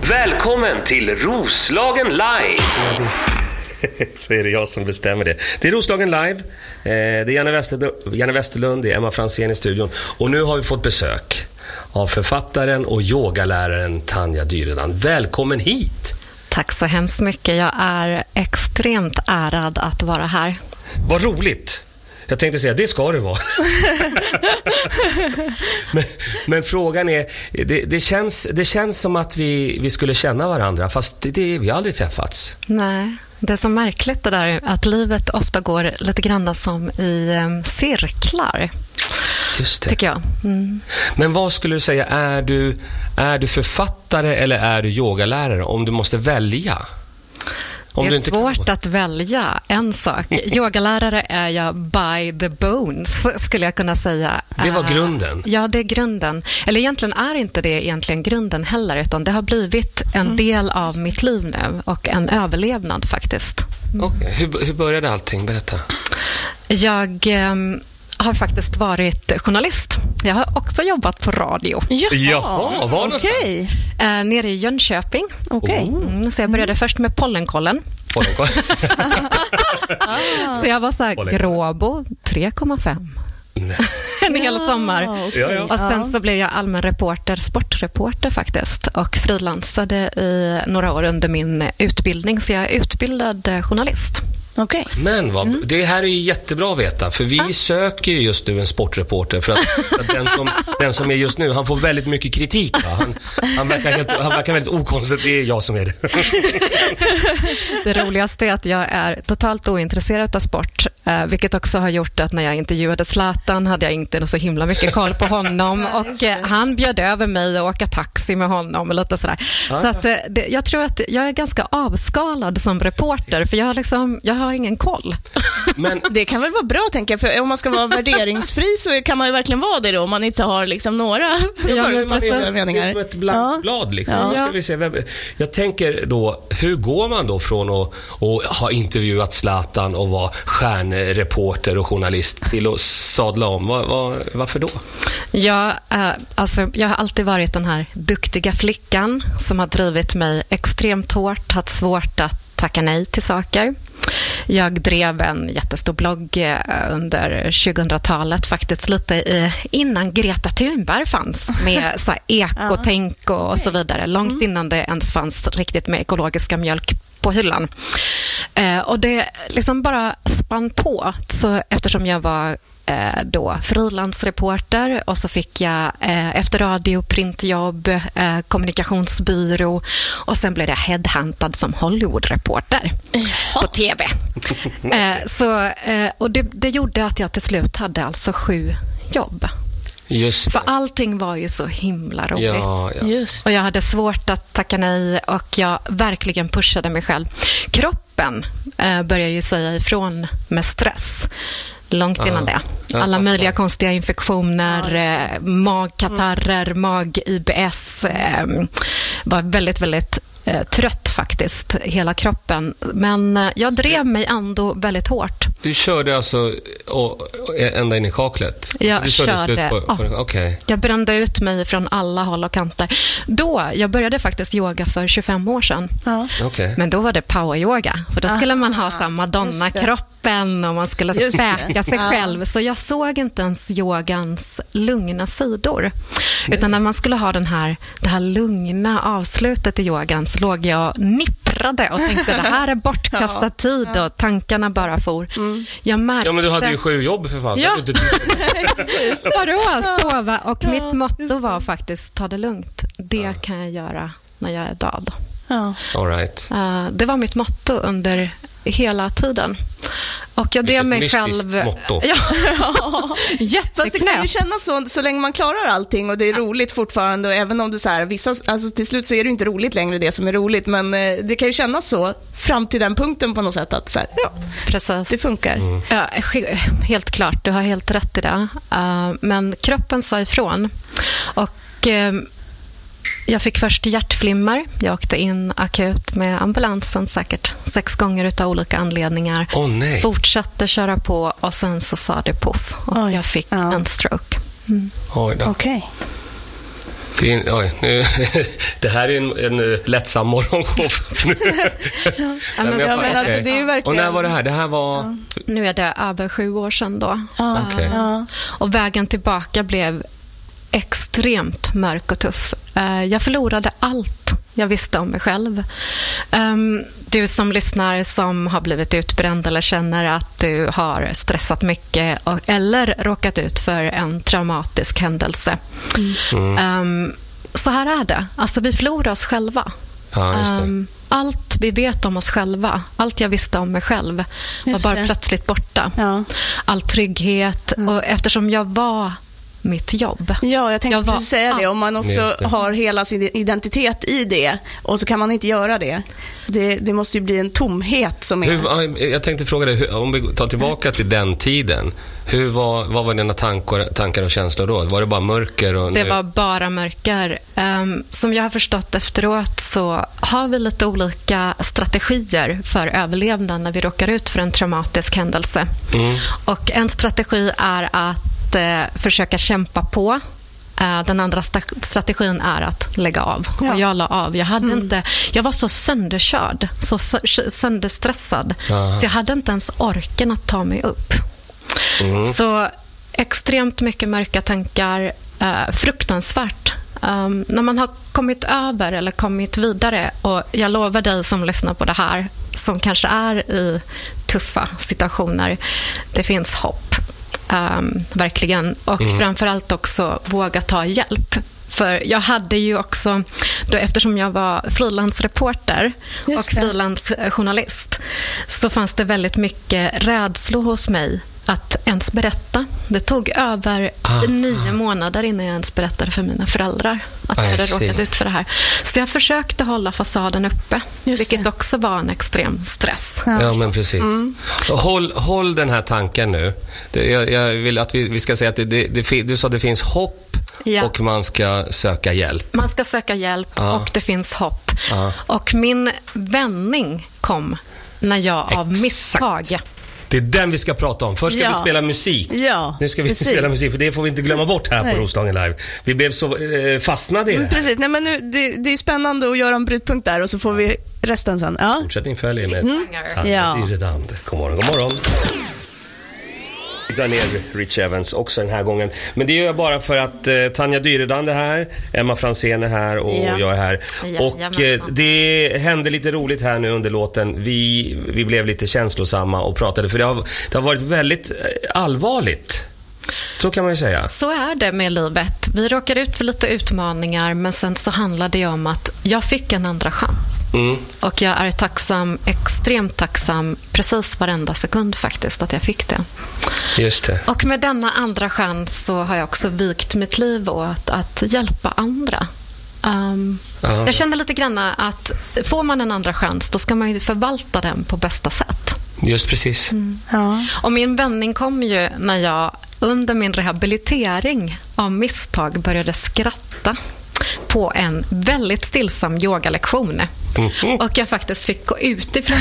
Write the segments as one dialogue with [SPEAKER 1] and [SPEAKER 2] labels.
[SPEAKER 1] Välkommen till Roslagen Live.
[SPEAKER 2] Så är det jag som bestämmer det. Det är Roslagen Live. Det är Janne Westerlund, det är Emma Fransén i studion. Och nu har vi fått besök av författaren och yogaläraren Tanja Dyredan. Välkommen hit!
[SPEAKER 3] Tack så hemskt mycket. Jag är extremt ärad att vara här.
[SPEAKER 2] Vad roligt! Jag tänkte säga, det ska det vara. men frågan är, det känns som att vi skulle känna varandra, fast vi har aldrig träffats.
[SPEAKER 3] Nej, det är så märkligt det där att livet ofta går lite grann som i cirklar.
[SPEAKER 2] Just det.
[SPEAKER 3] Tycker jag. Mm.
[SPEAKER 2] Men vad skulle du säga, är du författare eller är du yogalärare om du måste välja?
[SPEAKER 3] Det är svårt att välja en sak. Yogalärare är jag by the bones, skulle jag kunna säga.
[SPEAKER 2] Det var grunden.
[SPEAKER 3] Ja, det är grunden. Eller egentligen är inte det egentligen grunden heller, utan det har blivit en del av mitt liv nu och en överlevnad faktiskt.
[SPEAKER 2] Okay. Hur började allting? Berätta.
[SPEAKER 3] Jag har faktiskt varit journalist. Jag har också jobbat på radio.
[SPEAKER 2] Jaha, var någonstans?
[SPEAKER 3] Nere i Jönköping. Så jag började först med Pollenkollen. Så jag var så här, Gråbo 3,5. En hel sommar. Och sen så blev jag allmän reporter, sportreporter faktiskt. Och frilansade i några år under min utbildning. Så jag är utbildad journalist.
[SPEAKER 4] Okay.
[SPEAKER 2] Men det här är ju jättebra att veta, för vi söker ju just nu en sportreporter, för att den som är just nu, han får väldigt mycket kritik. Han verkar väldigt okonstigt, det är jag som är det.
[SPEAKER 3] Det roligaste är att jag är totalt ointresserad av sport, vilket också har gjort att när jag intervjuade Zlatan hade jag inte så himla mycket koll på honom, och han bjöd över mig att åka taxi med honom och lite sådär. Så att, jag tror att jag är ganska avskalad som reporter, för jag har ingen koll.
[SPEAKER 4] Men det kan väl vara bra, tänker jag, för om man ska vara värderingsfri så kan man ju verkligen vara det då, om man inte har liksom några
[SPEAKER 2] meningar. Det är som ett blankt blad liksom. Ska vi se. Jag tänker då, hur går man då från att ha intervjuat Zlatan och vara stjärnreporter och journalist till att sadla om? Varför då?
[SPEAKER 3] Jag har alltid varit den här duktiga flickan som har drivit mig extremt hårt, haft svårt att tacka nej till saker. Jag drev en jättestor blogg under 2000-talet, faktiskt lite innan Greta Thunberg fanns, med så här ekotänk och så vidare, långt innan det ens fanns riktigt med ekologiska mjölk på hyllan. Och det liksom bara spann på, så eftersom jag var då frilansreporter, och så fick jag efter radio, printjobb, kommunikationsbyrå, och sen blev jag headhuntad som Hollywoodreporter på TV. Och det gjorde att jag till slut hade alltså 7 jobb.
[SPEAKER 2] Just det.
[SPEAKER 3] För allting var ju så himla roligt.
[SPEAKER 2] Ja.
[SPEAKER 3] Och jag hade svårt att tacka nej, och jag verkligen pushade mig själv. Kroppen började ju säga ifrån med stress. Långt innan det. Alla möjliga konstiga infektioner, magkatarrer, mag-IBS. Var väldigt, väldigt trött faktiskt, hela kroppen. Men jag drev mig ändå väldigt hårt.
[SPEAKER 2] Du körde alltså ända in i kaklet?
[SPEAKER 3] Jag körde.
[SPEAKER 2] Okay.
[SPEAKER 3] Jag brände ut mig från alla håll och kanter. Jag började faktiskt yoga för 25 år sedan.
[SPEAKER 2] Okay.
[SPEAKER 3] Men då var det poweryoga. För då skulle man ha samma Madonna-kroppen och man skulle späka sig själv. Så jag såg inte ens yogans lugna sidor. Utan när man skulle ha det här lugna avslutet i yogan, så låg jag nipprade och tänkte det här är bortkastad tid, och tankarna bara for. Jag märkte...
[SPEAKER 2] Ja, men du hade ju 7 jobb för fan.
[SPEAKER 3] Ja, vadå? Sova. Och mitt motto var faktiskt, ta det lugnt. Det kan jag göra när jag är död.
[SPEAKER 2] All right.
[SPEAKER 3] Det var mitt motto under hela tiden. Och jag drev mig själv...
[SPEAKER 2] motto.
[SPEAKER 4] Fast det kan ju kännas så länge man klarar allting och det är roligt fortfarande, och även om du så här, alltså till slut så är det inte roligt längre det som är roligt, men det kan ju kännas så fram till den punkten på något sätt att så här,
[SPEAKER 3] precis.
[SPEAKER 4] Det funkar.
[SPEAKER 3] Ja, helt klart, du har helt rätt i det. Men kroppen sa ifrån, och jag fick först hjärtflimmer. Jag åkte in akut med ambulansen säkert 6 gånger utav olika anledningar.
[SPEAKER 2] Nej.
[SPEAKER 3] Fortsatte köra på, och sen så sa det puff. Och jag fick en stroke.
[SPEAKER 2] Oj då.
[SPEAKER 4] Okej.
[SPEAKER 2] Det här är en lättsam morgonshow.
[SPEAKER 4] Men alltså, det är ju verkligen...
[SPEAKER 2] Och när var det här? Det här var...
[SPEAKER 3] Nu är det över 7 år sedan då.
[SPEAKER 2] Okay.
[SPEAKER 3] Och vägen tillbaka blev extremt mörk och tuff. Jag förlorade allt jag visste om mig själv. Du som lyssnar som har blivit utbränd eller känner att du har stressat mycket eller råkat ut för en traumatisk händelse. Så här är det. Alltså, vi förlorar oss själva.
[SPEAKER 2] Ja, just det.
[SPEAKER 3] Allt vi vet om oss själva, allt jag visste om mig själv var bara plötsligt borta. Ja. All trygghet. Och eftersom jag var mitt jobb.
[SPEAKER 4] Ja, jag tänkte precis säga det. Om man också har hela sin identitet i det och så kan man inte göra det. Det måste ju bli en tomhet som är...
[SPEAKER 2] Jag tänkte fråga dig, om vi tar tillbaka till den tiden. Vad var dina tankar och känslor då? Var det bara mörker?
[SPEAKER 3] Det var bara mörker. Som jag har förstått efteråt så har vi lite olika strategier för överlevnad när vi råkar ut för en traumatisk händelse. Och en strategi är att försöka kämpa på. Den andra strategin är att lägga av. Ja. Och jag la av. Jag var så sönderkörd, så sönderstressad. Så jag hade inte ens orken att ta mig upp. Så extremt mycket mörka tankar. Fruktansvärt. När man har kommit över eller kommit vidare, och jag lovar dig som lyssnar på det här, som kanske är i tuffa situationer, det finns hopp. Verkligen. Och framförallt också våga ta hjälp. För jag hade ju också, då, eftersom jag var frilansreporter och frilansjournalist, så fanns det väldigt mycket rädslor hos mig att ens berätta. Det tog över 9 månader innan jag ens berättade för mina föräldrar att jag hade råkat ut för det här. Så jag försökte hålla fasaden uppe, vilket också var en extrem stress.
[SPEAKER 2] Ja, men precis. Håll den här tanken nu. Jag vill att vi ska säga att du sa att det finns hopp. Ja. Och man ska söka hjälp.
[SPEAKER 3] Man ska söka hjälp och det finns hopp. Och min vändning kom när jag av misstag...
[SPEAKER 2] Det är den vi ska prata om. Först ska vi spela musik.
[SPEAKER 4] Ja,
[SPEAKER 2] nu ska vi spela musik, för det får vi inte glömma bort här på Roslagen Live. Vi blev så fastnade i det här.
[SPEAKER 4] Precis, nej, men nu, det är spännande att göra en brytpunkt där och så får vi resten sen. Ja.
[SPEAKER 2] Fortsättning följer med Tanja Dyredand. God morgon, god morgon. Ner Rich Evans också den här gången. Men det gör jag bara för att Tanja Dyredand är här, Emma Fransén är här och jag är här. Och det hände lite roligt här nu under låten. Vi blev lite känslosamma och pratade, för det har varit väldigt allvarligt. Så kan man ju säga.
[SPEAKER 3] Så är det med livet. Vi råkar ut för lite utmaningar, men sen så handlar det om att jag fick en andra chans. Och jag är tacksam, extremt tacksam, precis varenda sekund faktiskt att jag fick det.
[SPEAKER 2] Just det.
[SPEAKER 3] Och med denna andra chans så har jag också vikt mitt liv åt att hjälpa andra. Jag kände lite grann att får man en andra chans, då ska man ju förvalta den på bästa sätt.
[SPEAKER 2] Just precis.
[SPEAKER 3] Och min vändning kom ju när jag under min rehabilitering av misstag började skratta på en väldigt stillsam yogalektion. Och jag faktiskt fick gå ut ifrån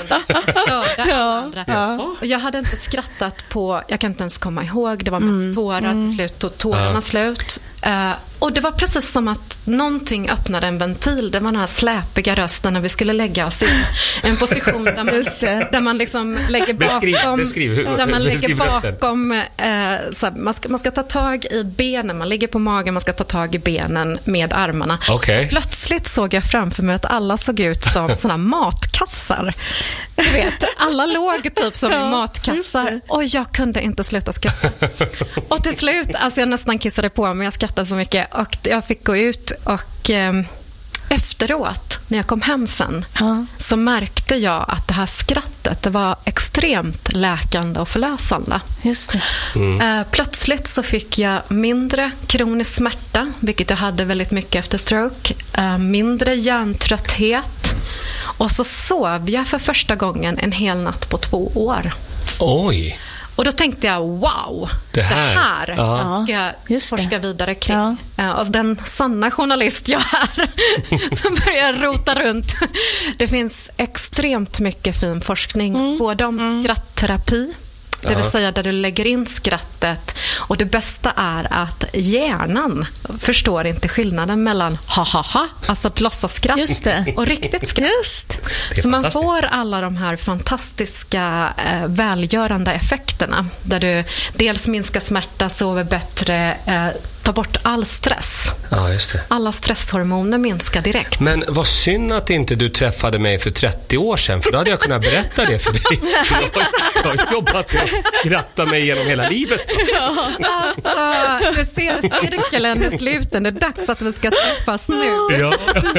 [SPEAKER 3] lektionen. Och jag hade inte skrattat på, jag kan inte ens komma ihåg, det var mest tårar, till slut tog tårarna slut. Och det var precis som att någonting öppnade en ventil. Det var den här släpiga rösten när vi skulle lägga oss i en position där man liksom lägger bakom, där man lägger bakom man ska ta tag i benen, man ligger på magen, man ska ta tag i benen med armarna. Plötsligt såg jag framför mig att alla såg ut som såna matkassar. Du vet, alla låg typ som matkassar. Och jag kunde inte sluta skratta. Och till slut, alltså jag nästan kissade på mig, jag skrattade så mycket. Och jag fick gå ut och efteråt, när jag kom hem sen, så märkte jag att det här skrattet, det var extremt läkande och förlösande.
[SPEAKER 4] Just det.
[SPEAKER 3] Plötsligt så fick jag mindre kronisk smärta, vilket jag hade väldigt mycket efter stroke. Mindre hjärntrötthet. Och så sov jag för första gången en hel natt på 2 år.
[SPEAKER 2] Oj!
[SPEAKER 3] Och då tänkte jag, wow, det här ska jag forska vidare kring. Och den sanna journalist jag är som börjar rota runt. Det finns extremt mycket fin forskning, både om skrattterapi, Det vill säga där du lägger in skrattet. Och det bästa är att hjärnan förstår inte skillnaden mellan ha-ha-ha, alltså ett låtsasskratt, och riktigt skratt. Just. Så man får alla de här fantastiska välgörande effekterna. Där du dels minskar smärta, sover bättre, tar bort all stress.
[SPEAKER 2] Ja, just det.
[SPEAKER 3] Alla stresshormoner minskar direkt.
[SPEAKER 2] Men vad synd att inte du träffade mig för 30 år sedan, för då hade jag kunnat berätta det för dig. Jag har jobbat med att skratta mig genom hela livet.
[SPEAKER 3] Ja, alltså, du ser cirkeln i sluten. Det är dags att vi ska träffas nu.
[SPEAKER 2] Ja,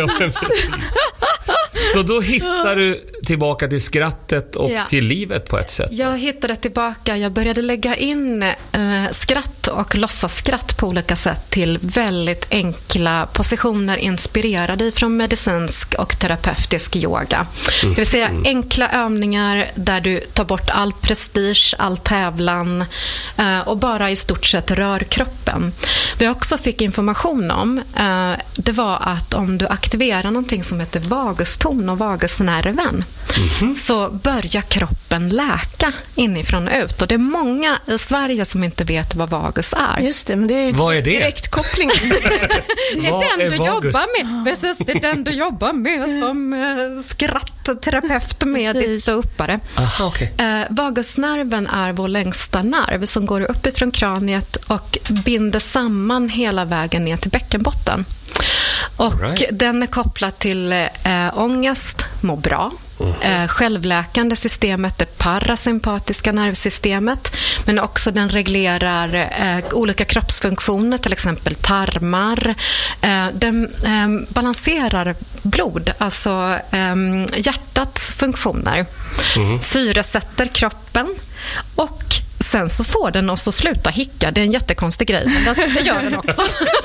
[SPEAKER 2] så då hittar du tillbaka till skrattet och till livet på ett sätt.
[SPEAKER 3] Jag hittade tillbaka. Jag började lägga in skratt och låtsasskratt på olika sätt till väldigt enkla positioner inspirerade från medicinsk och terapeutisk yoga. Det vill säga enkla övningar där du tar bort all prestige, all tävlan och bara i stort sett rör kroppen. Vi också fick information om det var att om du aktiverar någonting som heter vaguston och vagusnerven så börjar kroppen läka inifrån och ut. Och det är många i Sverige som inte vet vad vagus är.
[SPEAKER 4] Just det, men det är
[SPEAKER 2] vad är det?
[SPEAKER 4] Direktkoppling.
[SPEAKER 3] Det är den du jobbar med. Precis, det är den du jobbar med som skrattterapeut med ditt ståuppare. Vagusnerven är vår längsta nerv som går upp ifrån kraniet och binder samman hela vägen ner till bäckenbotten. Och den är kopplad till ångest, må bra. Självläkande systemet, det parasympatiska nervsystemet, men också den reglerar olika kroppsfunktioner, till exempel tarmar. Den balanserar blod, alltså hjärtats funktioner. Syresätter kroppen och sen så får den oss att sluta hicka. Det är en jättekonstig grej, men det gör den också.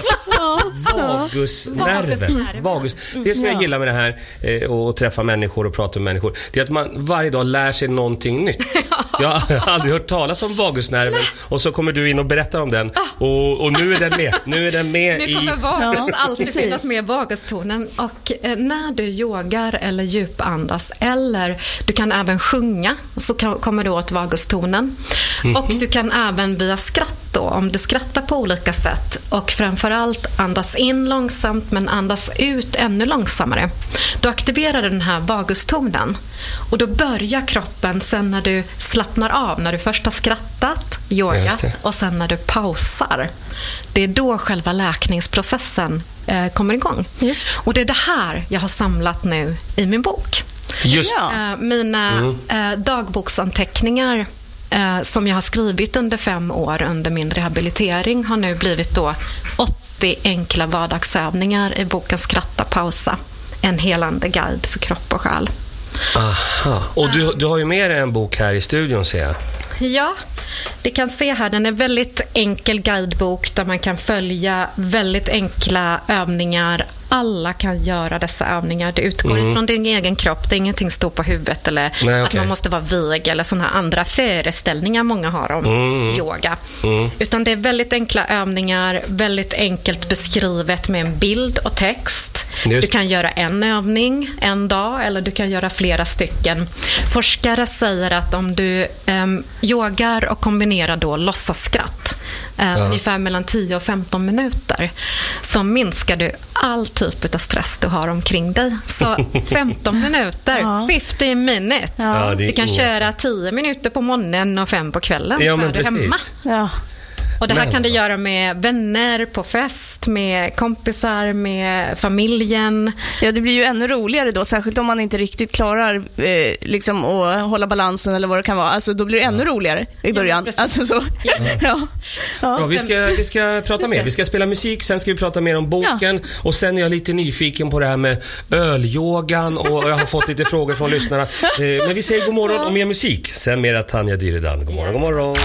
[SPEAKER 2] Vagusnerven. Vagus. Det som jag gillar med det här och träffa människor och prata med människor, det är att man varje dag lär sig någonting nytt. Jag har aldrig hört talas om vagusnerven och så kommer du in och berättar om den och nu är den med. Nu
[SPEAKER 3] kommer vagus alltid finnas med vagustonen. Och när du yogar eller djupandas eller du kan även sjunga så kommer du åt vagustonen. Och du kan även via skratt då, om du skrattar på olika sätt och framförallt andas in långsamt men andas ut ännu långsammare. Då aktiverar du den här vagustonen och då börjar kroppen sen när du slappnar av, när du först har skrattat, yogat och sen när du pausar. Det är då själva läkningsprocessen kommer igång. Just. Och det är det här jag har samlat nu i min bok.
[SPEAKER 2] Just.
[SPEAKER 3] Mina dagboksanteckningar som jag har skrivit under 5 år under min rehabilitering har nu blivit då 80 enkla vardagsövningar i boken Skratta, pausa. En helande guide för kropp och själ.
[SPEAKER 2] Aha. Och du har ju med dig en bok här i studion, ser jag.
[SPEAKER 3] Ja, det kan se här. Den är väldigt enkel guidebok där man kan följa väldigt enkla övningar. Alla kan göra dessa övningar. Det utgår ifrån din egen kropp. Det är ingenting står på huvudet eller att man måste vara vig eller sådana andra föreställningar många har om yoga. Utan det är väldigt enkla övningar, väldigt enkelt beskrivet med en bild och text. Du kan göra en övning en dag eller du kan göra flera stycken. Forskare säger att om du yogar och kombinerar då låtsasskratt ungefär mellan 10 och 15 minuter så minskar du all typ av stress du har omkring dig. Så 15 minuter, 50 minutes. Du kan köra 10 minuter på morgonen och 5 på kvällen så är du hemma. Och det här kan du göra med vänner på fest, med kompisar, med familjen.
[SPEAKER 4] Ja, det blir ju ännu roligare då, särskilt om man inte riktigt klarar liksom att hålla balansen eller vad det kan vara. Alltså då blir det ännu roligare i början. Alltså så.
[SPEAKER 2] Vi ska prata mer. Vi ska spela musik, sen ska vi prata mer om boken och sen är jag lite nyfiken på det här med ölyogan och jag har fått lite frågor från lyssnarna. Men vi säger god morgon och mer musik. Sen mer Tanja Dyrdan. God morgon, god morgon.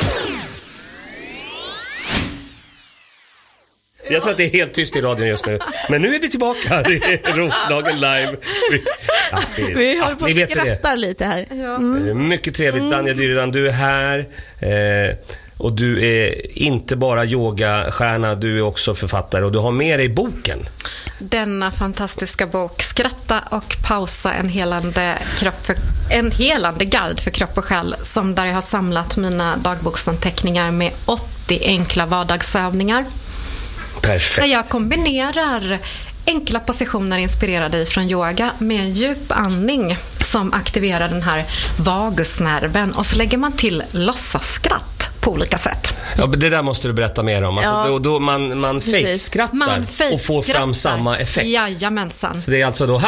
[SPEAKER 2] Jag tror att det är helt tyst i radion just nu. Men nu är vi tillbaka. Det är Roslagen live.
[SPEAKER 4] Vi håller på att skratta lite här.
[SPEAKER 2] Mycket trevligt. Tanja Dyrdan, du är här. Och du är inte bara yogastjärna, du är också författare och du har med dig boken.
[SPEAKER 3] denna fantastiska bok Skratta och pausa, en helande guide för kropp och själ, som där jag har samlat mina dagboksanteckningar med 80 enkla vardagsövningar.
[SPEAKER 2] Perfekt.
[SPEAKER 3] Där jag kombinerar enkla positioner inspirerade från yoga med en djup andning som aktiverar den här vagusnerven, och så lägger man till låtsasskratt på olika sätt.
[SPEAKER 2] Ja, det där måste du berätta mer om. Alltså, då man fejkskrattar och får fram samma effekt.
[SPEAKER 3] Jajamensan.
[SPEAKER 2] Så det är alltså då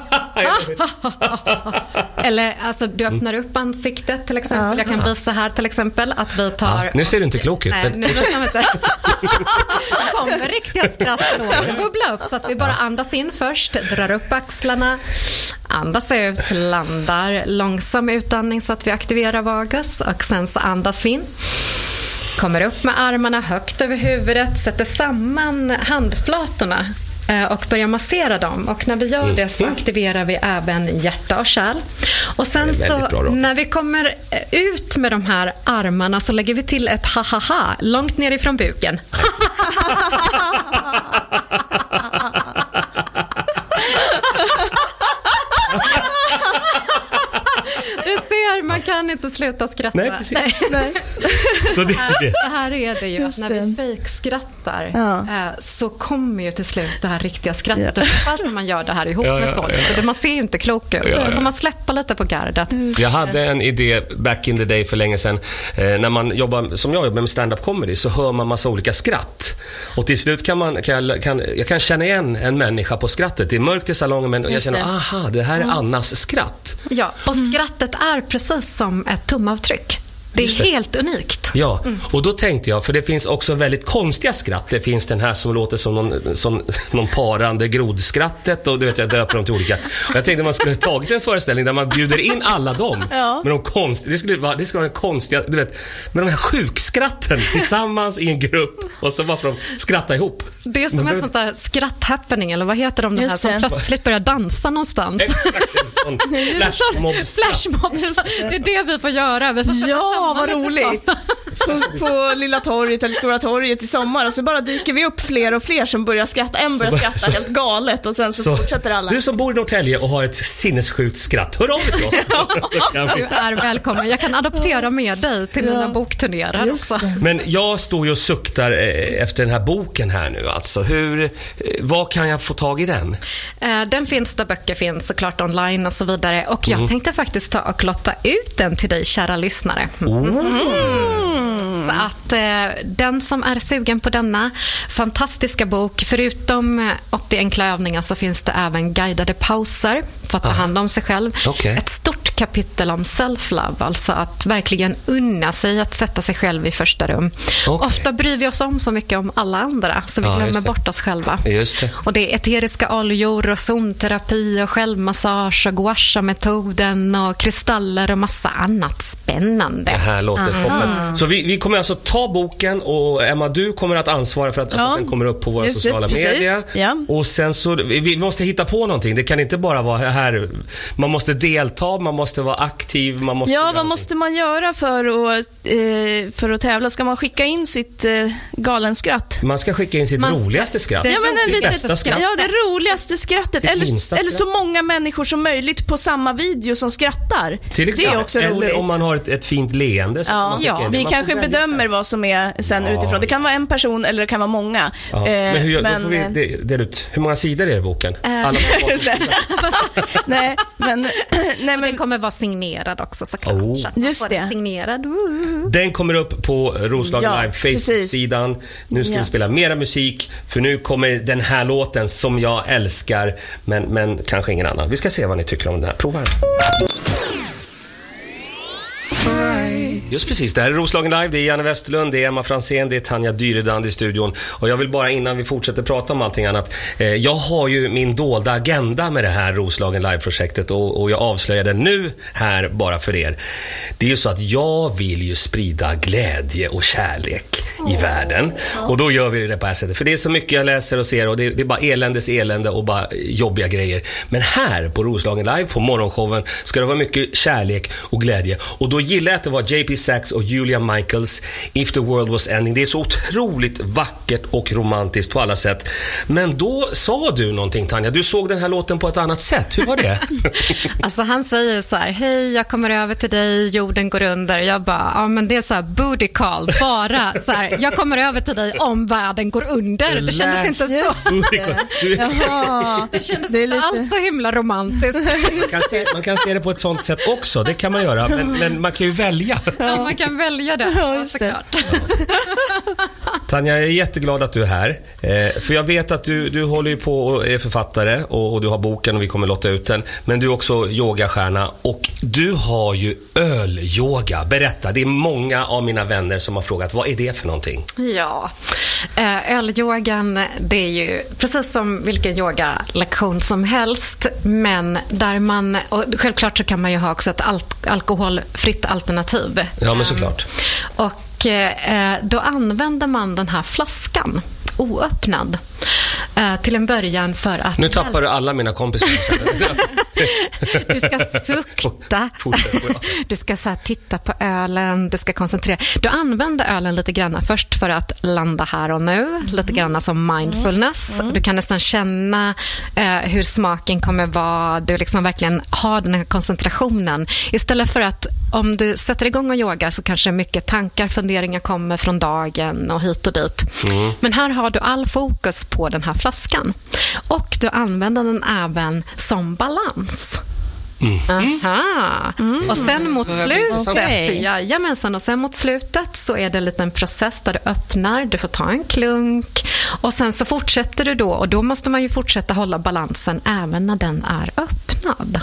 [SPEAKER 3] eller alltså du öppnar upp ansiktet till exempel. Jag kan visa här till exempel att vi tar...
[SPEAKER 2] nu ser du inte klok ut.
[SPEAKER 3] Nej, nu kommer riktiga skratt då. Bubbla upp så att vi bara andas in först, drar upp axlarna, andas ut, landar, långsam utandning så att vi aktiverar vagus, och sen så andas vi in. Kommer upp med armarna högt över huvudet, sätter samman handflatorna och börjar massera dem. Och när vi gör det så aktiverar vi även hjärta och kärl. Och sen så när vi kommer ut med de här armarna så lägger vi till ett ha-ha-ha långt ner ifrån buken. Du ser, man kan inte sluta skratta.
[SPEAKER 2] Nej, precis.
[SPEAKER 3] Nej.
[SPEAKER 2] Så det
[SPEAKER 3] här är det ju, att när vi fejkskrattar så kommer ju till slut det här riktiga skrattet. Fast när man gör det här ihop med folk. För man ser ju inte klok ut. Då får man släppa lite på gardet.
[SPEAKER 2] Jag hade en idé back in the day för länge sedan. När man jobbar, som jag jobbar med stand-up comedy, så hör man massa olika skratt. Och till slut jag kan känna igen en människa på skrattet. Det är mörkt i salongen, men jag känner, aha, det här är Annas skratt.
[SPEAKER 3] Ja, och skrattet är precis som ett tumavtryck. Det är helt unikt.
[SPEAKER 2] Ja, och då tänkte jag, för det finns också väldigt konstiga skratt. Det finns den här som låter som någon parande grodskrattet, och du vet, jag döper dem till olika. Och jag tänkte man skulle tagit en föreställning där man bjuder in alla dem. Men det skulle vara en konstiga, du vet, med de här sjukskratten tillsammans i en grupp, och så bara för de skratta ihop.
[SPEAKER 3] Det är som en sån där skratthappening, eller vad heter de här som plötsligt börjar dansa någonstans.
[SPEAKER 2] Exakt, en sån
[SPEAKER 3] flashmobs. Det är det vi får göra.
[SPEAKER 4] Vad roligt. På Lilla torget eller Stora torget i sommar, och så bara dyker vi upp fler och fler som börjar skratta. En börjar skratta helt galet, och sen så fortsätter alla.
[SPEAKER 2] Du som bor i Norrtälje och har ett sinnessjukt skratt, hör av dig till oss.
[SPEAKER 3] Du är välkommen. Jag kan adoptera med dig till mina bokturnéer också.
[SPEAKER 2] Men jag står ju och suktar efter den här boken här nu. Alltså, vad kan jag få tag i den?
[SPEAKER 3] Den finns där böcker finns, såklart online och så vidare. Och jag tänkte faktiskt ta och lotta ut den till dig, kära lyssnare. Så att den som är sugen på denna fantastiska bok, förutom 80 enkla övningar, så finns det även guidade pauser för att ta hand om sig själv. Ett stort kapitel om self-love, alltså att verkligen unna sig att sätta sig själv i första rum. Ofta bryr vi oss om så mycket om alla andra, så vi glömmer bort oss själva.
[SPEAKER 2] Just det.
[SPEAKER 3] Och det är eteriska oljor och zonterapi och självmassage och gua-sha-metoden och kristaller och massa annat spännande.
[SPEAKER 2] Det här låter toppen. Så vi kommer alltså ta boken, och Emma, du kommer att ansvara för att den kommer upp på våra sociala medier. Och sen så vi måste hitta på någonting. Det kan inte bara vara här. Man måste delta, man måste vara aktiv, man måste
[SPEAKER 4] vad måste man göra för att tävla? Ska man skicka in sitt galenskratt?
[SPEAKER 2] Man ska skicka in sitt roligaste skratt.
[SPEAKER 4] Det roligaste skrattet. Eller så många människor som möjligt på samma video som skrattar.
[SPEAKER 2] Till exempel.
[SPEAKER 4] Det är också roligt.
[SPEAKER 2] Eller om man har ett fint leende.
[SPEAKER 4] Vi kanske bedömer vad som är sen utifrån. Det kan vara en person eller det kan vara många.
[SPEAKER 2] Men hur får vi dela ut? Hur många sidor är det i boken? Alla
[SPEAKER 3] nej, men den kommer vara signerad också, såklart.
[SPEAKER 4] Just det.
[SPEAKER 3] Signerad.
[SPEAKER 2] Den kommer upp på Roslagen Live Facebook-sidan. Nu ska vi spela mera musik, för nu kommer den här låten som jag älskar, men kanske ingen annan. Vi ska se vad ni tycker om den här. Prova den. Just precis, det här är Roslagen Live, det är Janne Westerlund, det är Emma Fransén, det är Tanja Dyredand i studion. Och jag vill bara, innan vi fortsätter prata om allting annat, jag har ju min dolda agenda med det här Roslagen Live-projektet, och jag avslöjar den nu här bara för er. Det är ju så att jag vill ju sprida glädje och kärlek i världen, och då gör vi det på här sättet. För det är så mycket jag läser och ser, och det är bara elände och bara jobbiga grejer. Men här på Roslagen Live, på morgonshowen, ska det vara mycket kärlek och glädje. Och då gillar jag att det var JP Sachs och Julia Michaels, If the World Was Ending. Det är så otroligt vackert och romantiskt på alla sätt. Men då sa du någonting, Tanja. Du såg den här låten på ett annat sätt. Hur var det?
[SPEAKER 3] Alltså han säger så här: hej, jag kommer över till dig, jorden går under. Jag bara, ja men det är så här booty call, bara så här, jag kommer över till dig om världen går under. Det kändes inte så. Det kändes inte alls så himla romantiskt.
[SPEAKER 2] Man kan se det på ett sånt sätt också, det kan man göra, men man kan ju välja.
[SPEAKER 3] Ja, man kan välja det, såklart.
[SPEAKER 2] Tanja, jag är jätteglad att du är här, för jag vet att du håller ju på och är författare och du har boken och vi kommer låta ut den, men du är också yogastjärna och du har ju ölyoga. Berätta, det är många av mina vänner som har frågat, vad är det för någonting?
[SPEAKER 3] Ja, ölyogan, det är ju precis som vilken yogalektion som helst, men där man, och självklart så kan man ju ha också ett alkoholfritt alternativ.
[SPEAKER 2] Ja, men såklart.
[SPEAKER 3] Och då använder man den här flaskan oöppnad till en början för att...
[SPEAKER 2] Nu tappar du alla mina kompisar.
[SPEAKER 3] Du ska sukta. Du ska så här, titta på ölen. Du ska koncentrera. Du använder ölen lite grann först för att landa här och nu. Lite grann som mindfulness. Du kan nästan känna hur smaken kommer vara. Du liksom verkligen har den här koncentrationen. Istället för att om du sätter igång och yoga så kanske mycket tankar, funderingar kommer från dagen och hit och dit. Men här har du all fokus på den här flaskan. Och du använder den även som balans. Och sen mot slutet, och sen mot slutet så är det en liten process där du öppnar, du får ta en klunk och sen så fortsätter du då, och då måste man ju fortsätta hålla balansen även när den är öppnad.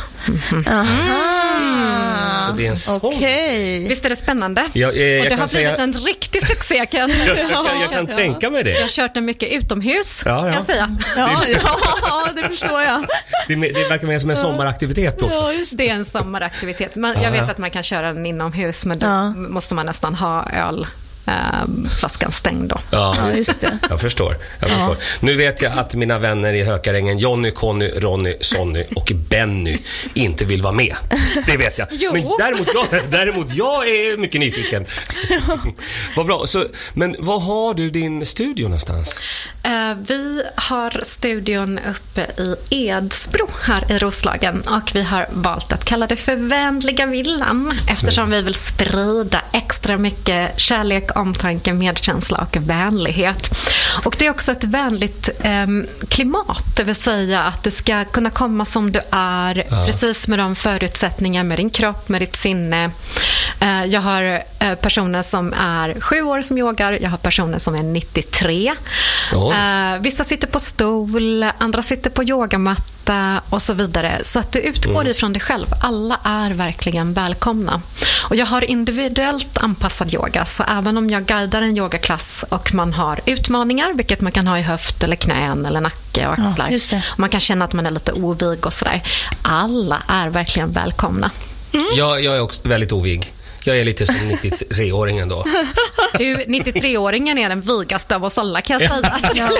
[SPEAKER 2] Så det är en sån.
[SPEAKER 4] Okej.
[SPEAKER 3] Visst är det spännande?
[SPEAKER 2] Jag
[SPEAKER 3] och det
[SPEAKER 2] kan
[SPEAKER 3] har
[SPEAKER 2] säga...
[SPEAKER 3] blivit en riktig succé, kan
[SPEAKER 2] jag kan tänka mig det.
[SPEAKER 3] Jag har kört den mycket utomhus, kan jag säga.
[SPEAKER 4] Ja, det förstår jag.
[SPEAKER 2] Det verkar mer som en sommaraktivitet då.
[SPEAKER 3] Ja, just det, är en sommaraktivitet. Men jag vet att man kan köra den inomhus, men då måste man nästan ha flaskan stängd då.
[SPEAKER 2] Ja, just det. Jag förstår. Nu vet jag att mina vänner i Hökarängen, Jonny, Conny, Ronny, Sonny och Benny inte vill vara med. Det vet jag. Men däremot jag är mycket nyfiken. Vad bra. Men vad har du din studio någonstans?
[SPEAKER 3] Vi har studion uppe i Edsbro här i Roslagen, och vi har valt att kalla det för Vänliga villan, eftersom vi vill sprida extra mycket kärlek, omtanke, medkänsla och vänlighet. Och det är också ett vänligt klimat, det vill säga att du ska kunna komma som du är, precis med de förutsättningar, med din kropp, med ditt sinne. Jag har personer som är 7 år som yogar, jag har personer som är 93. Vissa sitter på stol, andra sitter på yogamatta och så vidare. Så att du utgår ifrån dig själv. Alla är verkligen välkomna. Och jag har individuellt anpassad yoga, så även om jag guidar en yogaklass och man har utmaningar, vilket man kan ha i höft eller knän eller nacke och axlar, och man kan känna att man är lite ovig och sådär. Alla är verkligen välkomna.
[SPEAKER 2] Jag är också väldigt ovig. Jag är lite som 93-åringen då.
[SPEAKER 3] 93-åringen är den vigaste av oss alla, kan jag säga.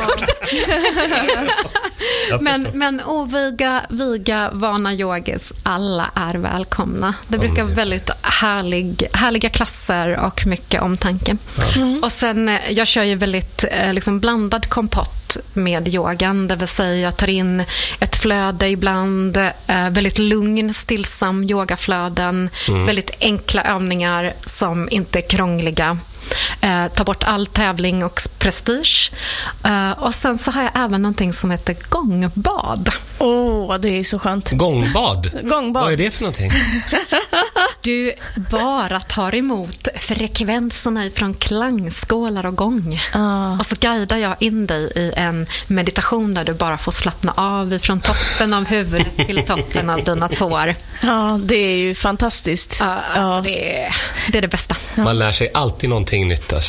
[SPEAKER 3] Men viga, vana yogis, alla är välkomna. Det brukar vara väldigt härliga klasser och mycket omtanke. Och sen, jag kör ju väldigt blandad kompott med yogan, det vill säga jag tar in ett flöde ibland, väldigt lugn, stillsam yogaflöden, väldigt enkla övningar som inte är krångliga. Ta bort all tävling och prestige. Och sen så har jag även någonting som heter gångbad.
[SPEAKER 4] Det är så skönt.
[SPEAKER 2] Gångbad? Vad är det för någonting?
[SPEAKER 3] Du bara tar emot frekvenserna från klangskålar och gång. Och så guidar jag in dig i en meditation där du bara får slappna av från toppen av huvudet till toppen av dina tår.
[SPEAKER 4] Ja, det är ju fantastiskt.
[SPEAKER 3] Det är det bästa.
[SPEAKER 2] Man lär sig alltid någonting nytt alltså.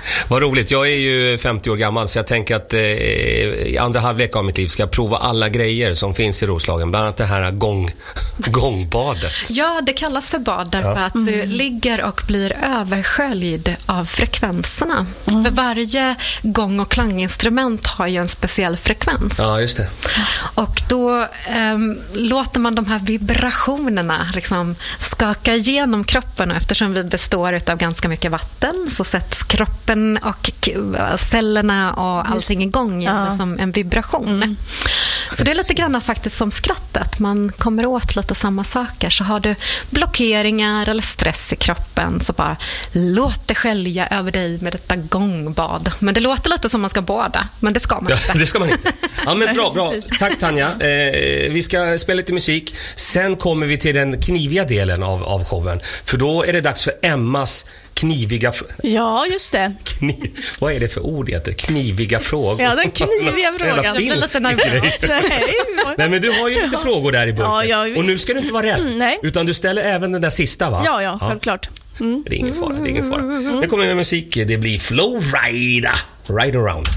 [SPEAKER 2] Vad roligt. Jag är ju 50 år gammal så jag tänker att i andra halvlek av mitt liv ska jag prova alla grejer som finns i Roslagen. Bland annat det här gångbadet.
[SPEAKER 3] Ja, det kallas för bad därför att du ligger och blir översköljd av frekvenserna. För varje gång- och klanginstrument har ju en speciell frekvens.
[SPEAKER 2] Ja, just det.
[SPEAKER 3] Och då låter man de här vibrationerna liksom skaka igenom kroppen, och eftersom vi består av ganska mycket vatten så sätts kroppen och cellerna och allting igång som en vibration. Så det är lite grann faktiskt som skrattet. Man kommer åt lite samma saker. Så har du blockeringar eller stress i kroppen så bara låt det skölja över dig med detta gångbad. Men det låter lite som man ska bada, men det ska man inte.
[SPEAKER 2] Ja, det ska man inte. Ja, men bra. Tack Tanja. Vi ska spela lite musik. Sen kommer vi till den kniviga delen av showen. För då är det dags för Emmas kniviga...
[SPEAKER 4] Ja, just det.
[SPEAKER 2] Vad är det för ord heter? Kniviga frågor.
[SPEAKER 4] Ja, den kniviga frågan.
[SPEAKER 3] Jag blir lite nervös.
[SPEAKER 2] Nej, men du har ju lite frågor där i burken.
[SPEAKER 4] Ja,
[SPEAKER 2] och nu ska du inte vara rädd.
[SPEAKER 4] Nej.
[SPEAKER 2] Utan du ställer även den där sista, va?
[SPEAKER 4] Ja, självklart.
[SPEAKER 2] Det är ingen fara. Nu kommer med musik. Det blir Flow Rida. Ride around.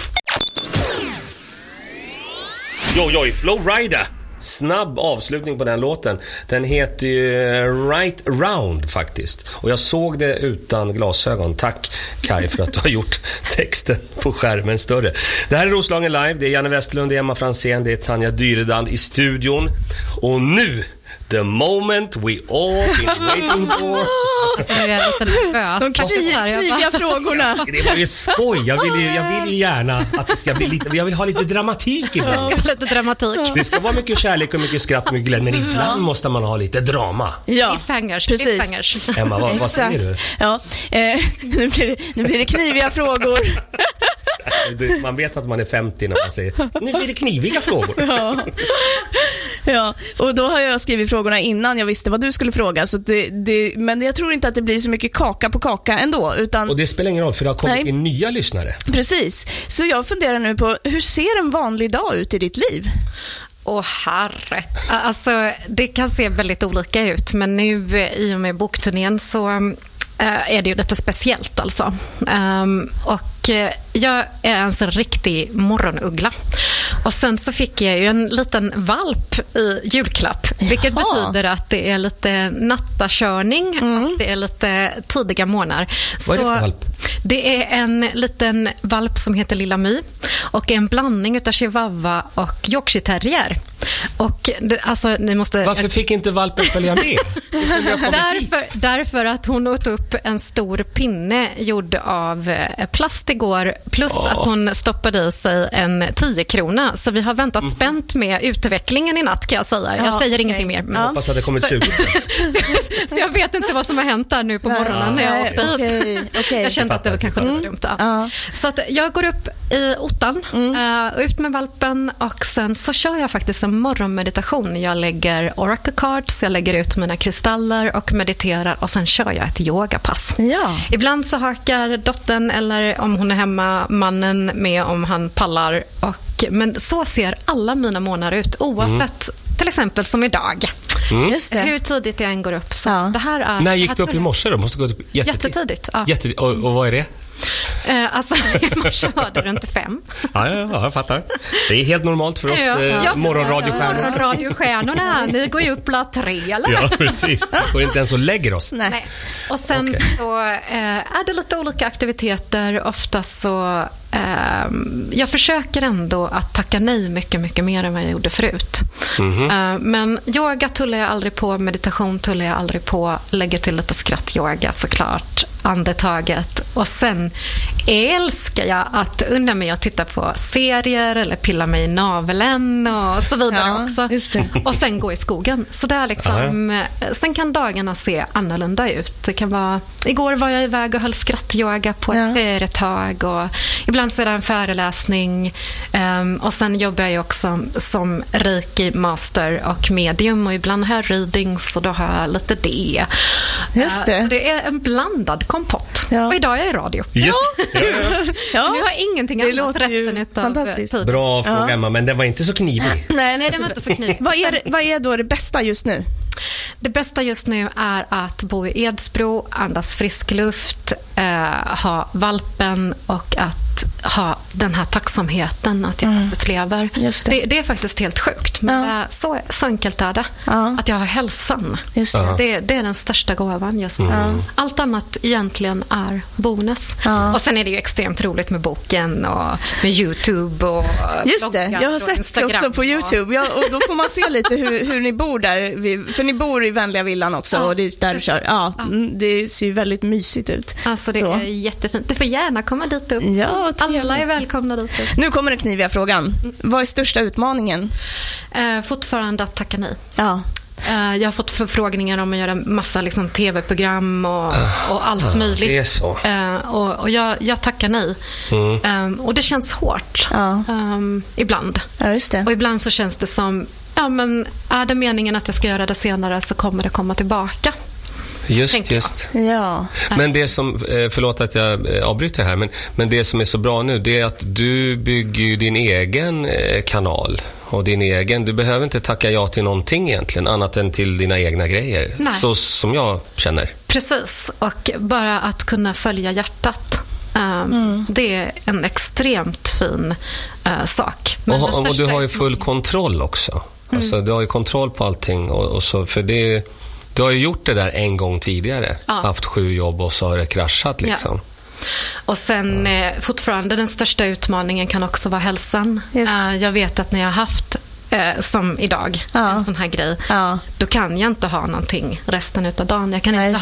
[SPEAKER 2] Joj, Flow Rida. Snabb avslutning på den låten. Den heter ju Right Around faktiskt. Och jag såg det utan glasögon. Tack Kai för att du har gjort texten på skärmen större. Det här är Roslagen Live. Det är Janne Westerlund, det är Emma Fransén, det är Tanja Dyredand i studion. Och nu, the moment we all been waiting for.
[SPEAKER 4] De kniviga frågorna.
[SPEAKER 2] Det var ju skoj. Jag vill ju gärna att det ska bli lite... Jag vill ha lite dramatik ibland.
[SPEAKER 3] Det ska vara lite dramatik.
[SPEAKER 2] Det ska vara mycket kärlek och mycket skratt och mycket glädje. Men ibland måste man ha lite drama.
[SPEAKER 4] Ja,
[SPEAKER 3] Cliffhangers.
[SPEAKER 2] Emma, vad säger du?
[SPEAKER 4] Ja, nu blir det kniviga frågor.
[SPEAKER 2] Man vet att man är 50 när man säger nu blir det kniviga frågor.
[SPEAKER 4] Ja, och då har jag skrivit frågorna innan jag visste vad du skulle fråga. Så men jag tror inte att det blir så mycket kaka på kaka ändå.
[SPEAKER 2] Och det spelar ingen roll för det har kommit in nya lyssnare.
[SPEAKER 4] Precis, så jag funderar nu på hur ser en vanlig dag ut i ditt liv?
[SPEAKER 3] Herre. Alltså, det kan se väldigt olika ut. Men nu i och med bokturnén så är det ju lite speciellt alltså. Och jag är en så riktig morgonuggla. Och sen så fick jag ju en liten valp i julklapp. Vilket betyder att det är lite nattakörning och det är lite tidiga morgnar.
[SPEAKER 2] Vad är det för valp?
[SPEAKER 3] Det är en liten valp som heter Lilla My och en blandning utav chihuahua och yorkshire terrier. Och alltså, ni måste...
[SPEAKER 2] Varför fick inte valpen följa med?
[SPEAKER 3] Därför att hon åt upp en stor pinne gjord av plast igår, plus att hon stoppade i sig en 10-krona. Så vi har väntat spänt med utvecklingen i natt, kan jag säga. Jag säger ingenting mer.
[SPEAKER 2] Jag hoppas att det kommer 20 spänn.
[SPEAKER 3] Så jag vet inte vad som har hänt där nu på morgonen när jag åkte hit. Jag kände att det var kanske dumt. Så att jag går upp i ottan, ut med valpen och sen så kör jag faktiskt en morgonmeditation. Jag lägger oracle cards, jag lägger ut mina kristaller och mediterar och sen kör jag ett yogapass. Ja. Ibland så hakar dottern eller om hon är hemma mannen med om han pallar. Men så ser alla mina månader ut oavsett till exempel som idag.
[SPEAKER 4] Just det.
[SPEAKER 3] Hur tidigt jag än går upp. Så det här är,
[SPEAKER 2] när gick du upp i morse då? Måste gå upp
[SPEAKER 3] jättetidigt. Ja.
[SPEAKER 2] Och vad är det?
[SPEAKER 3] Alltså i morse var det runt 5.
[SPEAKER 2] Ja, jag fattar. Det är helt normalt för oss morgonradiostjärnor.
[SPEAKER 3] Morgonradiostjärnorna, ni går ju upp la 3 eller?
[SPEAKER 2] Ja, precis. Och inte ens så lägger oss.
[SPEAKER 3] Nej. Och sen så är det lite olika aktiviteter. Ofta så jag försöker ändå att tacka nej mycket, mycket mer än vad jag gjorde förut. Men yoga tullar jag aldrig på, meditation tullar jag aldrig på, lägger till lite skrattyoga såklart, andetaget. Och sen älskar jag att unna mig att titta på serier eller pilla mig i naveln och så vidare också. Just det. Och sen gå i skogen. Så där liksom, sen kan dagarna se annorlunda ut. Det kan vara, igår var jag iväg och höll skrattyoga på ett företag och ibland så är det en föreläsning och sen jobbar jag också som reiki master och medium och ibland har jag readings och då har jag lite det.
[SPEAKER 4] Just det.
[SPEAKER 3] Det är en blandad kompott. Och idag är jag i radio. Nu har jag ingenting
[SPEAKER 4] det
[SPEAKER 3] annat resten av tiden.
[SPEAKER 2] Bra fråga Emma, men den var inte så knivig.
[SPEAKER 4] Nej,
[SPEAKER 3] den var inte så knivig.
[SPEAKER 4] Vad är då det bästa just nu?
[SPEAKER 3] Det bästa just nu är att bo i Edsbro, andas frisk luft, ha valpen och att ha den här tacksamheten att jag faktiskt lever.
[SPEAKER 4] Just det.
[SPEAKER 3] Det är faktiskt helt sjukt, men så enkelt är det. Att jag har hälsan.
[SPEAKER 4] Just
[SPEAKER 3] det är den största gåvan just nu. Allt annat egentligen är bonus. Och sen är det ju extremt roligt med boken och med YouTube och
[SPEAKER 4] just det, jag har sett
[SPEAKER 3] Instagram
[SPEAKER 4] också på YouTube. Och då får man se lite hur ni bor där. För ni bor i Vänliga villan också. Och det är där du kör. Det ser ju väldigt mysigt ut.
[SPEAKER 3] Alltså det är jättefint. Du får gärna komma dit upp.
[SPEAKER 4] Ja,
[SPEAKER 3] alla är välkomna dit upp.
[SPEAKER 4] Nu kommer den kniviga frågan. Vad är största utmaningen?
[SPEAKER 3] Fortfarande att tacka nej.
[SPEAKER 4] Ja.
[SPEAKER 3] Jag har fått förfrågningar om att göra massa liksom, tv-program och allt möjligt.
[SPEAKER 2] Det är så.
[SPEAKER 3] Och jag tackar nej. Och det känns hårt ibland.
[SPEAKER 4] Ja, just det.
[SPEAKER 3] Och ibland så känns det som, men är det meningen att jag ska göra det senare så kommer det komma tillbaka.
[SPEAKER 2] Just.
[SPEAKER 4] Ja.
[SPEAKER 2] Men det som, förlåt att jag avbryter här, men det som är så bra nu, det är att du bygger ju din egen kanal och din egen, du behöver inte tacka ja till någonting egentligen, annat än till dina egna grejer.
[SPEAKER 3] Nej.
[SPEAKER 2] Så som jag känner.
[SPEAKER 3] Precis, och bara att kunna följa hjärtat. Det är en extremt fin sak. Men
[SPEAKER 2] och du har ju full kontroll också. Alltså, du har ju kontroll på allting och så, för det. Du har ju gjort det där en gång tidigare. Haft 7 jobb och så har det kraschat liksom.
[SPEAKER 3] Ja. Och sen fortfarande den största utmaningen kan också vara hälsan. Jag vet att när jag har haft som idag, en sån här grej, då kan jag inte ha någonting resten utav dagen.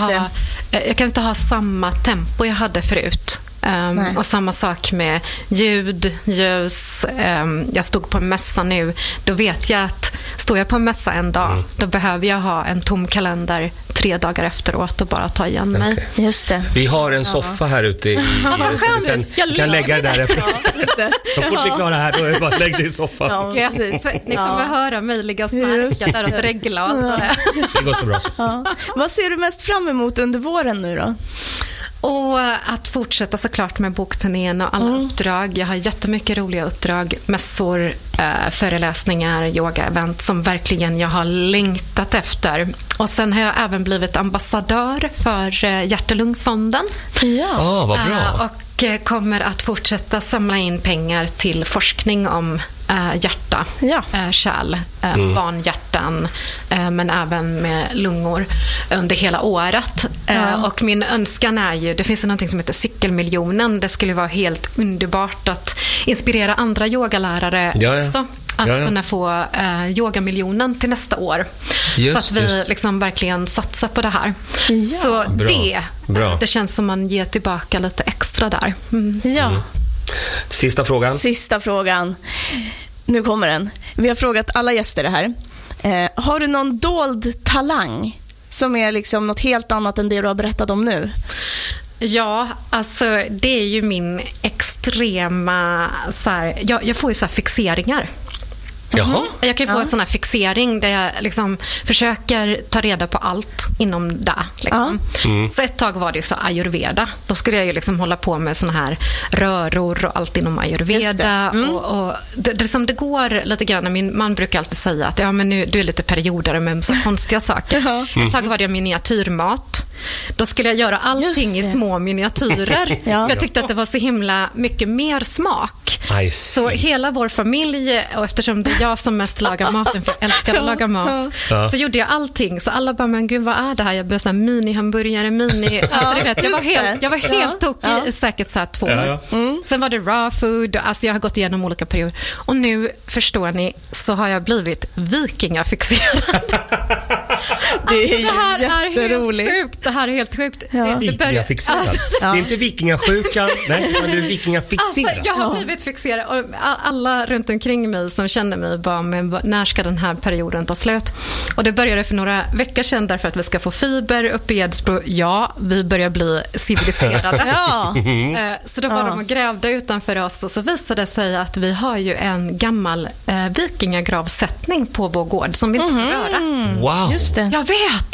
[SPEAKER 3] Jag kan inte ha samma tempo jag hade förut. Och samma sak med ljud, ljus. Jag stod på en mässa nu. Då vet jag att står jag på en mässa en dag, då behöver jag ha en tom kalender 3 dagar efteråt och bara ta igen mig.
[SPEAKER 2] Okay.
[SPEAKER 4] Just det.
[SPEAKER 2] Vi har en soffa här ute i så du kan lägga det där efter. Så fort vi är klara här, då är det bara att lägga det i soffan.
[SPEAKER 3] Ni kommer höra mig ligga snarkat där och dregla och sådär.
[SPEAKER 2] Det går så bra.
[SPEAKER 4] Vad ser du mest fram emot under våren nu då?
[SPEAKER 3] Och att fortsätta såklart med bokturnén och alla uppdrag. Jag har jättemycket roliga uppdrag, mässor, föreläsningar, yoga-event som verkligen jag har längtat efter. Och sen har jag även blivit ambassadör för Hjärt-Lungfonden.
[SPEAKER 2] Ja, vad bra.
[SPEAKER 3] Och kommer att fortsätta samla in pengar till forskning om hjärta, kärl, barnhjärtan, men även med lungor under hela året. Och min önskan är ju, det finns något som heter cykelmiljonen. Det skulle vara helt underbart att inspirera andra yogalärare också. Att kunna få yogamiljonen till nästa år. Så att vi liksom verkligen satsar på det här. Så det känns som man ger tillbaka lite extra där.
[SPEAKER 2] Sista frågan.
[SPEAKER 4] Nu kommer den. Vi har frågat alla gäster det här. Har du någon dold talang som är liksom något helt annat än det du har berättat om nu?
[SPEAKER 3] Ja, alltså det är ju min extrema jag får ju så här fixeringar.
[SPEAKER 2] Jaha.
[SPEAKER 3] Jag kan ju få en sån här fixering där jag liksom försöker ta reda på allt inom det. Liksom. Så ett tag var det så ayurveda. Då skulle jag ju liksom hålla på med såna här röror och allt inom ayurveda. Och det går lite grann. Min man brukar alltid säga att men nu, du är lite periodare med så konstiga saker. Ett tag var det miniatyrmat. Då skulle jag göra allting i små miniatyrer. Jag tyckte att det var så himla mycket mer smak. Så hela vår familj, och eftersom det är jag som mest lagar maten, för jag älskar att laga mat, så gjorde jag allting. Så alla bara, men gud, vad är det här? Jag blev så här mini-hamburgare, alltså, du vet, jag var helt tokig i säkert så här 2 år. Sen var det raw food, alltså jag har gått igenom olika perioder. Och nu, förstår ni, så har jag blivit vikingafixerad.
[SPEAKER 4] Det är jätteroligt.
[SPEAKER 3] Det här är helt sjukt.
[SPEAKER 2] Vikingafixerad. Alltså, det är inte vikingasjukan, nej, men du är vikingafixerad.
[SPEAKER 3] Alltså, jag har blivit fixerad. Och alla runt omkring mig som känner mig bara, men när ska den här perioden ta slut? Och det började för några veckor sedan därför att vi ska få fiber uppe i Edsbro. Ja, vi börjar bli civiliserade. Så då var de och grävde utanför oss och så visade det sig att vi har ju en gammal vikingagravsättning på vår gård som vi inte får röra.
[SPEAKER 2] Wow.
[SPEAKER 4] Just det.
[SPEAKER 3] Jag vet!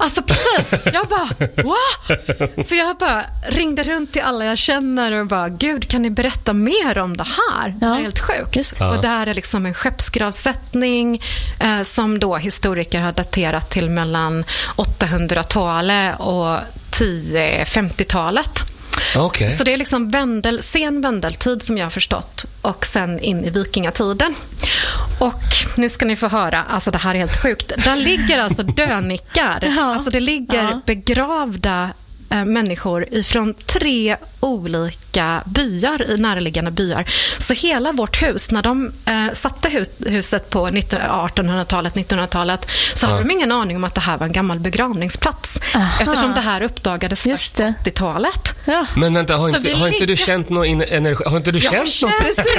[SPEAKER 3] Alltså precis, jag bara, wow! Så jag bara ringde runt till alla jag känner och bara, gud, kan ni berätta mer om det här? Det är helt sjukt. Och det här är liksom en skeppsgravsättning som då historiker har daterat till mellan 800-talet och 1050-talet.
[SPEAKER 2] Okay.
[SPEAKER 3] Så det är liksom sen vändeltid som jag har förstått och sen in i vikingatiden. Och nu ska ni få höra, alltså det här är helt sjukt. Där ligger alltså dönickar. Alltså det ligger begravda människor ifrån 3 olika byar i närliggande byar. Så hela vårt hus, när de satte huset på 1800-talet, 1900-talet, så hade de ingen aning om att det här var en gammal begravningsplats. Eftersom det här uppdagades först på 80-talet.
[SPEAKER 2] Ja. Men vänta, har inte du känt någon energi? Har inte du känt något?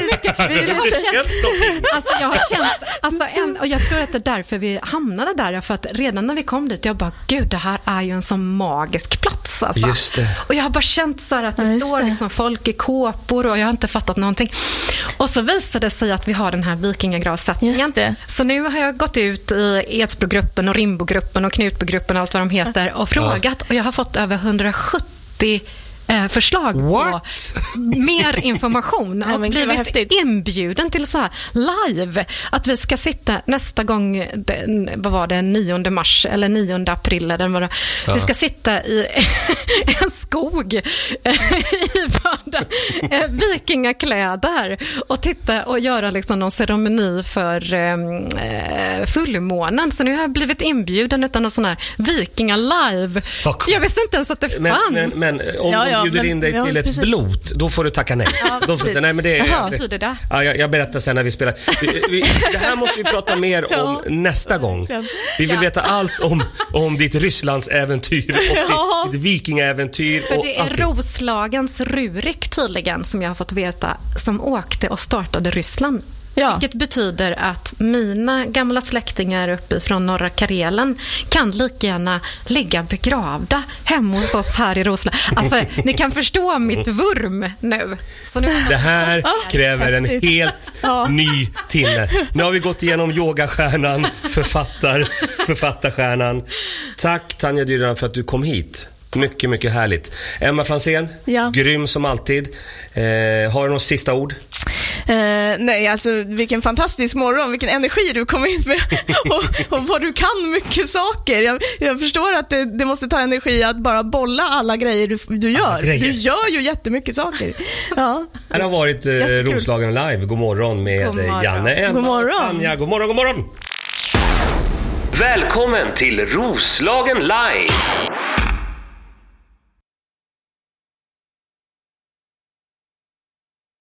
[SPEAKER 3] Alltså jag har känt, och jag tror att det är därför vi hamnade där, för att redan när vi kom dit, jag bara, gud, det här är ju en sån magisk plats. Alltså.
[SPEAKER 2] Just det.
[SPEAKER 3] Och jag har bara känt så här att det står liksom folk i kåpor och jag har inte fattat någonting. Och så visade det sig att vi har den här vikingagravsättningen. Så nu har jag gått ut i Edsbrogruppen och Rimbogruppen och Knutbogruppen och allt vad de heter och frågat, och jag har fått över 170 förslag på mer information och blivit inbjuden till så här live att vi ska sitta nästa gång, vad var det, 9 mars eller 9 april eller vad det, vi ska sitta i en skog i vikingakläder och titta och göra liksom någon ceremoni för fullmånen. Så nu har jag blivit inbjuden utan en sån här vikinga live. Jag visste inte ens att det fanns.
[SPEAKER 2] Men om bjuder in dig till ett blot, då får du tacka nej. Då får du säga, nej, men det är... Ja, jag berättar sen när vi spelar. Det här måste vi prata mer om nästa gång. Vi vill veta allt om ditt Rysslandsäventyr och ditt vikingaäventyr.
[SPEAKER 3] För det är Roslagens Rurik tydligen, som jag har fått veta, som åkte och startade Ryssland. Vilket betyder att mina gamla släktingar uppe från norra Karelen kan lika gärna ligga begravda hemma hos oss här i Roslagen. Alltså, ni kan förstå mitt vurm nu. Så nu...
[SPEAKER 2] Det här kräver en helt ny timme. Nu har vi gått igenom yogastjärnan, författarstjärnan. Tack Tanja Dyrran för att du kom hit. Mycket, mycket härligt. Emma Franzén, grym som alltid. Har du något sista ord?
[SPEAKER 4] Nej, alltså vilken fantastisk morgon, vilken energi du kom in med och vad du kan mycket saker. Jag förstår att det måste ta energi att bara bolla alla grejer du gör. Du gör ju jättemycket saker. Ja.
[SPEAKER 2] Det har varit Roslagen live. God morgon med Janne, Emma,
[SPEAKER 4] god morgon.
[SPEAKER 2] Tanja. God morgon, god morgon.
[SPEAKER 1] Välkommen till Roslagen live.